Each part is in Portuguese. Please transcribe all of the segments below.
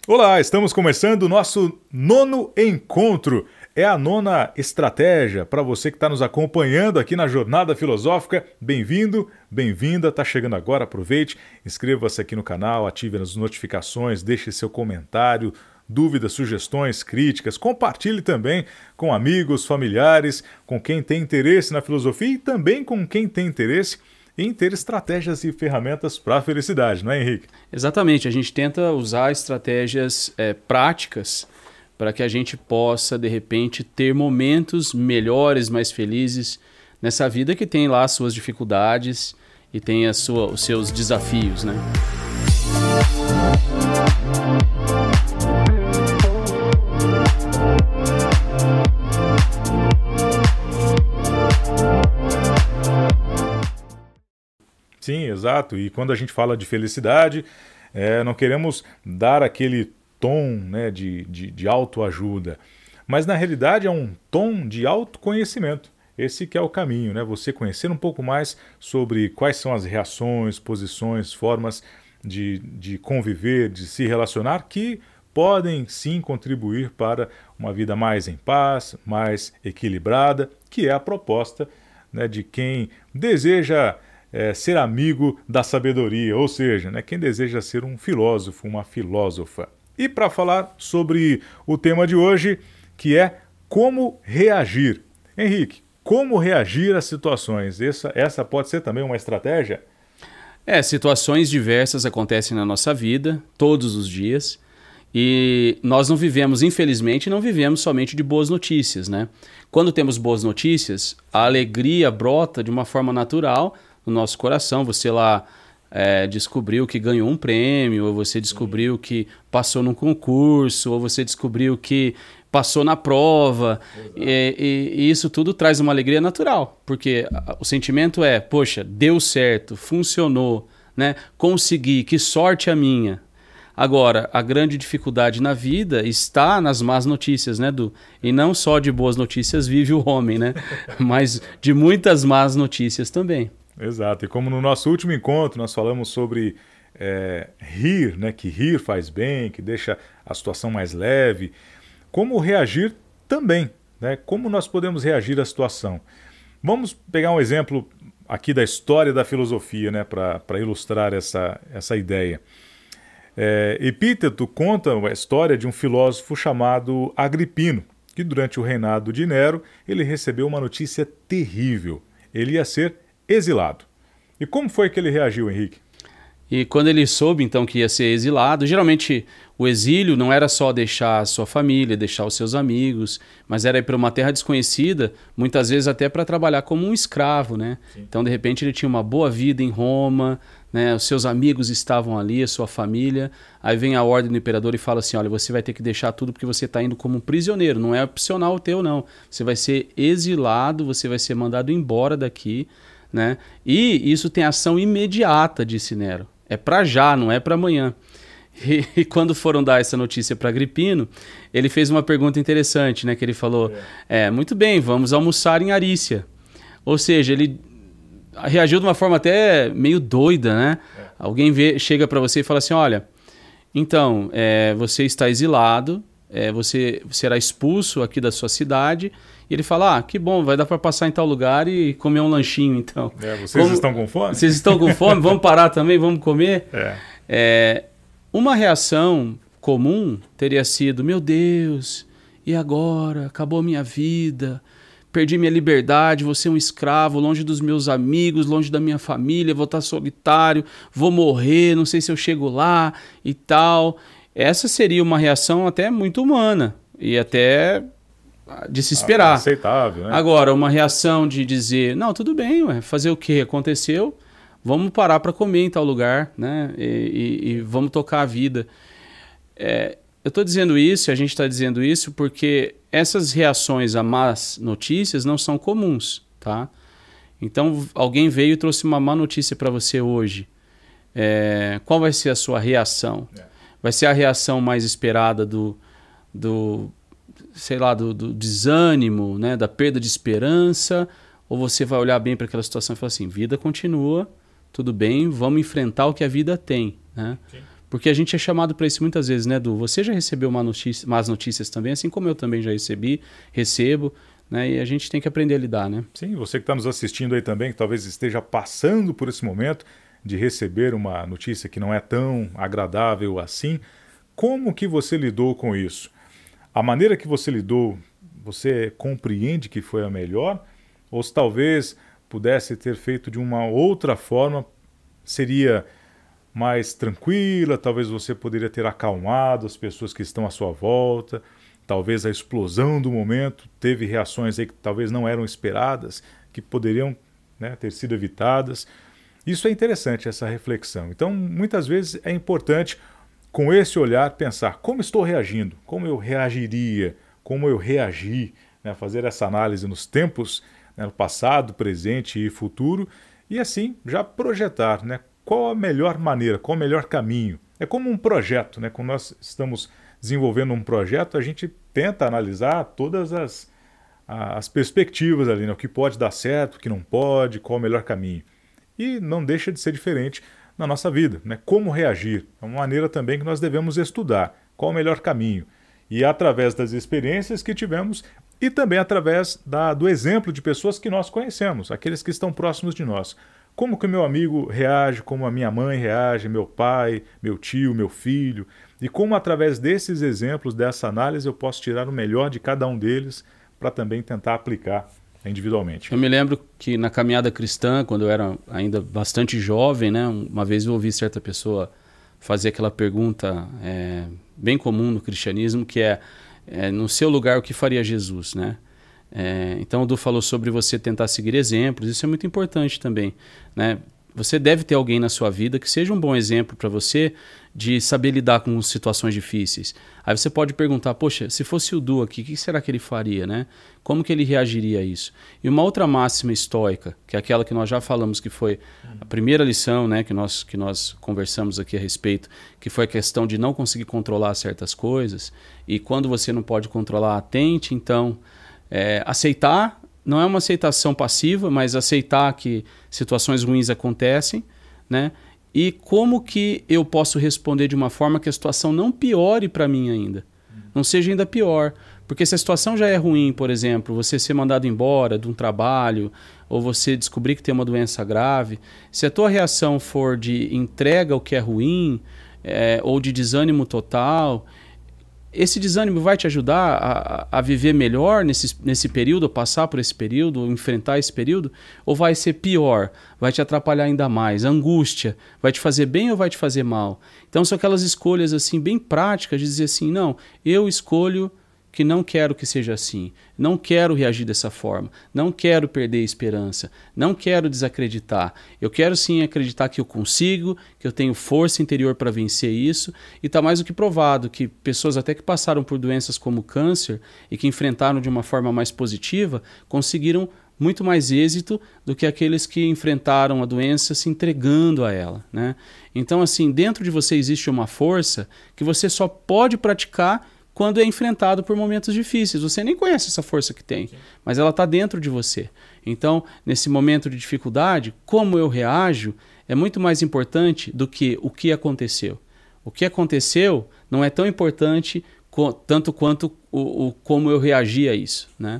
Olá, estamos começando o nosso nono encontro. É a nona estratégia para você que está nos acompanhando aqui na Jornada Filosófica. Bem-vindo, bem-vinda. Está chegando agora, aproveite, inscreva-se aqui no canal, ative as notificações, deixe seu comentário, dúvidas, sugestões, críticas. Compartilhe também com amigos, familiares, com quem tem interesse na filosofia e também com quem tem interesse em ter estratégias e ferramentas para a felicidade, não é, Henrique? Exatamente, a gente tenta usar estratégias práticas para que a gente possa, de repente, ter momentos melhores, mais felizes nessa vida que tem lá as suas dificuldades e tem os seus desafios, né? Sim, exato. E quando a gente fala de felicidade, não queremos dar aquele tom, né, de autoajuda. Mas na realidade é um tom de autoconhecimento. Esse que é o caminho, né? Você conhecer um pouco mais sobre quais são as reações, posições, formas de conviver, de se relacionar, que podem sim contribuir para uma vida mais em paz, mais equilibrada, que é a proposta, né, de quem deseja ser amigo da sabedoria, ou seja, né, quem deseja ser um filósofo, uma filósofa. E para falar sobre o tema de hoje, que é como reagir. Henrique, como reagir às situações? Essa pode ser também uma estratégia? Situações diversas acontecem na nossa vida, todos os dias, e nós não vivemos, infelizmente, não vivemos somente de boas notícias, né? Quando temos boas notícias, a alegria brota de uma forma natural no nosso coração. Você lá descobriu que ganhou um prêmio, ou você descobriu que passou num concurso, ou você descobriu que passou na prova, e isso tudo traz uma alegria natural, porque o sentimento é, poxa, deu certo, funcionou, né? Consegui, que sorte a minha. Agora, a grande dificuldade na vida está nas más notícias, né, Du? E não só de boas notícias vive o homem, né? Mas de muitas más notícias também. Exato, e como no nosso último encontro nós falamos sobre rir, né, que rir faz bem, que deixa a situação mais leve, como reagir também, né, como nós podemos reagir à situação. Vamos pegar um exemplo aqui da história da filosofia, né, para ilustrar essa ideia. Epíteto conta a história de um filósofo chamado Agripino, que durante o reinado de Nero ele recebeu uma notícia terrível. Ele ia ser exilado. E como foi que ele reagiu, Henrique? E quando ele soube, então, que ia ser exilado, geralmente o exílio não era só deixar a sua família, deixar os seus amigos, mas era ir para uma terra desconhecida, muitas vezes até para trabalhar como um escravo, né? Sim. Então, de repente, ele tinha uma boa vida em Roma, né? Os seus amigos estavam ali, a sua família. Aí vem a ordem do imperador e fala assim, olha, você vai ter que deixar tudo porque você está indo como um prisioneiro, não é opcional o teu, não. Você vai ser exilado, você vai ser mandado embora daqui, né? E isso tem ação imediata, disse Nero. É para já, não é para amanhã. E quando foram dar essa notícia para Agripino, ele fez uma pergunta interessante, né? Que ele falou, muito bem, vamos almoçar em Arícia. Ou seja, ele reagiu de uma forma até meio doida, né? Alguém chega para você e fala assim, olha, então, você está exilado, você será expulso aqui da sua cidade. E ele fala, que bom, vai dar para passar em tal lugar e comer um lanchinho, então. Vocês estão com fome? Vocês estão com fome? Vamos parar também, vamos comer? Uma reação comum teria sido, meu Deus, e agora? Acabou a minha vida, perdi minha liberdade, vou ser um escravo, longe dos meus amigos, longe da minha família, vou estar solitário, vou morrer, não sei se eu chego lá e tal. Essa seria uma reação até muito humana e até de se esperar. Aceitável, né? Agora, uma reação de dizer, não, tudo bem, fazer o que aconteceu, vamos parar para comer em tal lugar, né? E vamos tocar a vida. Eu estou dizendo isso, a gente está dizendo isso porque essas reações a más notícias não são comuns, tá? Então, alguém veio e trouxe uma má notícia para você hoje. Qual vai ser a sua reação? Vai ser a reação mais esperada do desânimo, né, da perda de esperança, ou você vai olhar bem para aquela situação e falar assim, vida continua, tudo bem, vamos enfrentar o que a vida tem, né? Porque a gente é chamado para isso muitas vezes, né, Du? Você já recebeu más notícias também, assim como eu também já recebo, né? E a gente tem que aprender a lidar, né? Sim, você que está nos assistindo aí também, que talvez esteja passando por esse momento de receber uma notícia que não é tão agradável assim, como que você lidou com isso? A maneira que você lidou, você compreende que foi a melhor? Ou se talvez pudesse ter feito de uma outra forma, seria mais tranquila, talvez você poderia ter acalmado as pessoas que estão à sua volta, talvez a explosão do momento teve reações aí que talvez não eram esperadas, que poderiam, né, ter sido evitadas. Isso é interessante, essa reflexão. Então, muitas vezes é importante, com esse olhar, pensar como estou reagindo, como eu reagiria, como eu reagi, né, fazer essa análise nos tempos, né, no passado, presente e futuro, e assim já projetar, né, qual a melhor maneira, qual o melhor caminho. É como um projeto, né? Quando nós estamos desenvolvendo um projeto, a gente tenta analisar todas as perspectivas ali, né? O que pode dar certo, o que não pode, qual o melhor caminho. E não deixa de ser diferente na nossa vida, né? Como reagir. É uma maneira também que nós devemos estudar qual o melhor caminho. E através das experiências que tivemos e também através do exemplo de pessoas que nós conhecemos, aqueles que estão próximos de nós. Como que o meu amigo reage, como a minha mãe reage, meu pai, meu tio, meu filho, e como através desses exemplos, dessa análise, eu posso tirar o melhor de cada um deles para também tentar aplicar individualmente. Eu me lembro que na caminhada cristã, quando eu era ainda bastante jovem, né, uma vez eu ouvi certa pessoa fazer aquela pergunta bem comum no cristianismo, que é no seu lugar o que faria Jesus, né? Então o Du falou sobre você tentar seguir exemplos, isso é muito importante também, né? Você deve ter alguém na sua vida que seja um bom exemplo para você de saber lidar com situações difíceis. Aí você pode perguntar, poxa, se fosse o Du aqui, o que será que ele faria, né? Como que ele reagiria a isso? E uma outra máxima estoica, que é aquela que nós já falamos que foi a primeira lição, né, que nós conversamos aqui a respeito, que foi a questão de não conseguir controlar certas coisas, e quando você não pode controlar, tente então aceitar. Não é uma aceitação passiva, mas aceitar que situações ruins acontecem, né? E como que eu posso responder de uma forma que a situação não piore para mim ainda, não seja ainda pior. Porque se a situação já é ruim, por exemplo, você ser mandado embora de um trabalho, ou você descobrir que tem uma doença grave, se a tua reação for de entrega ao que é ruim, ou de desânimo total, esse desânimo vai te ajudar a viver melhor nesse período, a passar por esse período, ou enfrentar esse período? Ou vai ser pior? Vai te atrapalhar ainda mais? A angústia vai te fazer bem ou vai te fazer mal? Então são aquelas escolhas assim bem práticas de dizer assim, não, eu escolho que não quero que seja assim, não quero reagir dessa forma, não quero perder a esperança, não quero desacreditar. Eu quero sim acreditar que eu consigo, que eu tenho força interior para vencer isso, e está mais do que provado que pessoas até que passaram por doenças como câncer e que enfrentaram de uma forma mais positiva, conseguiram muito mais êxito do que aqueles que enfrentaram a doença se entregando a ela, né? Então assim, dentro de você existe uma força que você só pode praticar quando é enfrentado por momentos difíceis. Você nem conhece essa força que tem, mas ela está dentro de você. Então, nesse momento de dificuldade, como eu reajo é muito mais importante do que o que aconteceu. O que aconteceu não é tão importante tanto quanto como eu reagi a isso, né?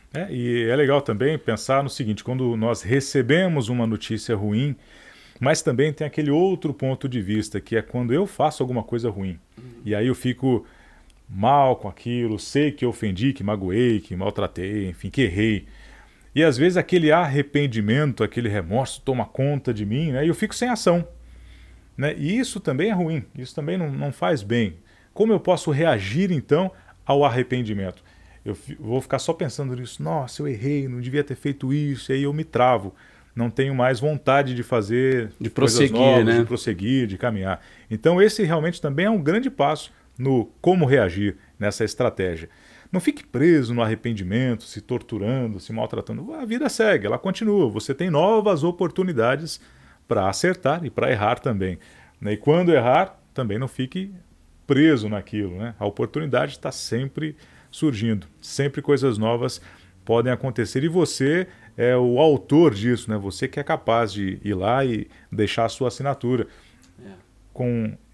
E é legal também pensar no seguinte, quando nós recebemos uma notícia ruim, mas também tem aquele outro ponto de vista, que é quando eu faço alguma coisa ruim. E aí eu fico mal com aquilo, sei que ofendi, que magoei, que maltratei, enfim, que errei. E às vezes aquele arrependimento, aquele remorso toma conta de mim, né? E eu fico sem ação, né? E isso também é ruim, isso também não faz bem. Como eu posso reagir então ao arrependimento? Eu vou ficar só pensando nisso, nossa, eu errei, não devia ter feito isso, e aí eu me travo. Não tenho mais vontade de fazer coisas novas, né? De prosseguir, de caminhar. Então esse realmente também é um grande passo no como reagir nessa estratégia. Não fique preso no arrependimento, se torturando, se maltratando. A vida segue, ela continua. Você tem novas oportunidades para acertar e para errar também, né? E quando errar, também não fique preso naquilo, né? A oportunidade está sempre surgindo. Sempre coisas novas podem acontecer. E você é o autor disso, né? Você que é capaz de ir lá e deixar a sua assinatura. Com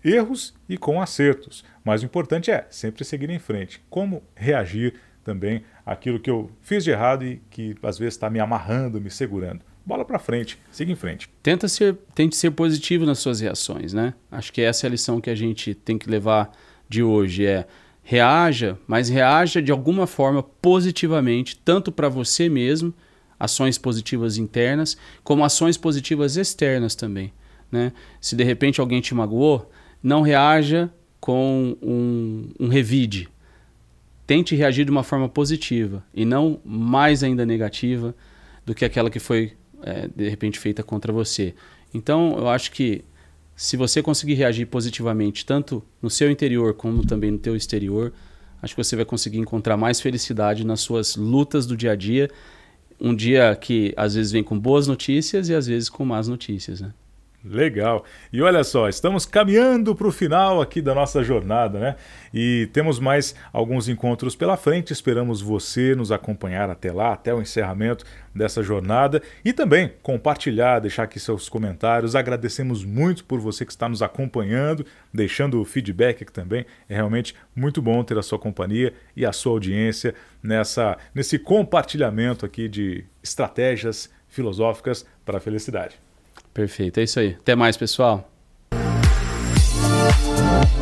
erros e com acertos. Mas o importante é sempre seguir em frente. Como reagir também àquilo que eu fiz de errado e que às vezes está me amarrando, me segurando. Bola para frente, siga em frente. Tente ser positivo nas suas reações, né? Acho que essa é a lição que a gente tem que levar de hoje, reaja, mas reaja de alguma forma positivamente, tanto para você mesmo, ações positivas internas, como ações positivas externas também, né? Se de repente alguém te magoou, não reaja com um revide. Tente reagir de uma forma positiva e não mais ainda negativa do que aquela que foi, de repente, feita contra você. Então, eu acho que se você conseguir reagir positivamente, tanto no seu interior como também no teu exterior, acho que você vai conseguir encontrar mais felicidade nas suas lutas do dia a dia. Um dia que às vezes vem com boas notícias e às vezes com más notícias, né? Legal. E olha só, estamos caminhando para o final aqui da nossa jornada, né? E temos mais alguns encontros pela frente. Esperamos você nos acompanhar até lá, até o encerramento dessa jornada e também compartilhar, deixar aqui seus comentários. Agradecemos muito por você que está nos acompanhando, deixando o feedback aqui também. É realmente muito bom ter a sua companhia e a sua audiência nesse compartilhamento aqui de estratégias filosóficas para a felicidade. Perfeito, é isso aí. Até mais, pessoal.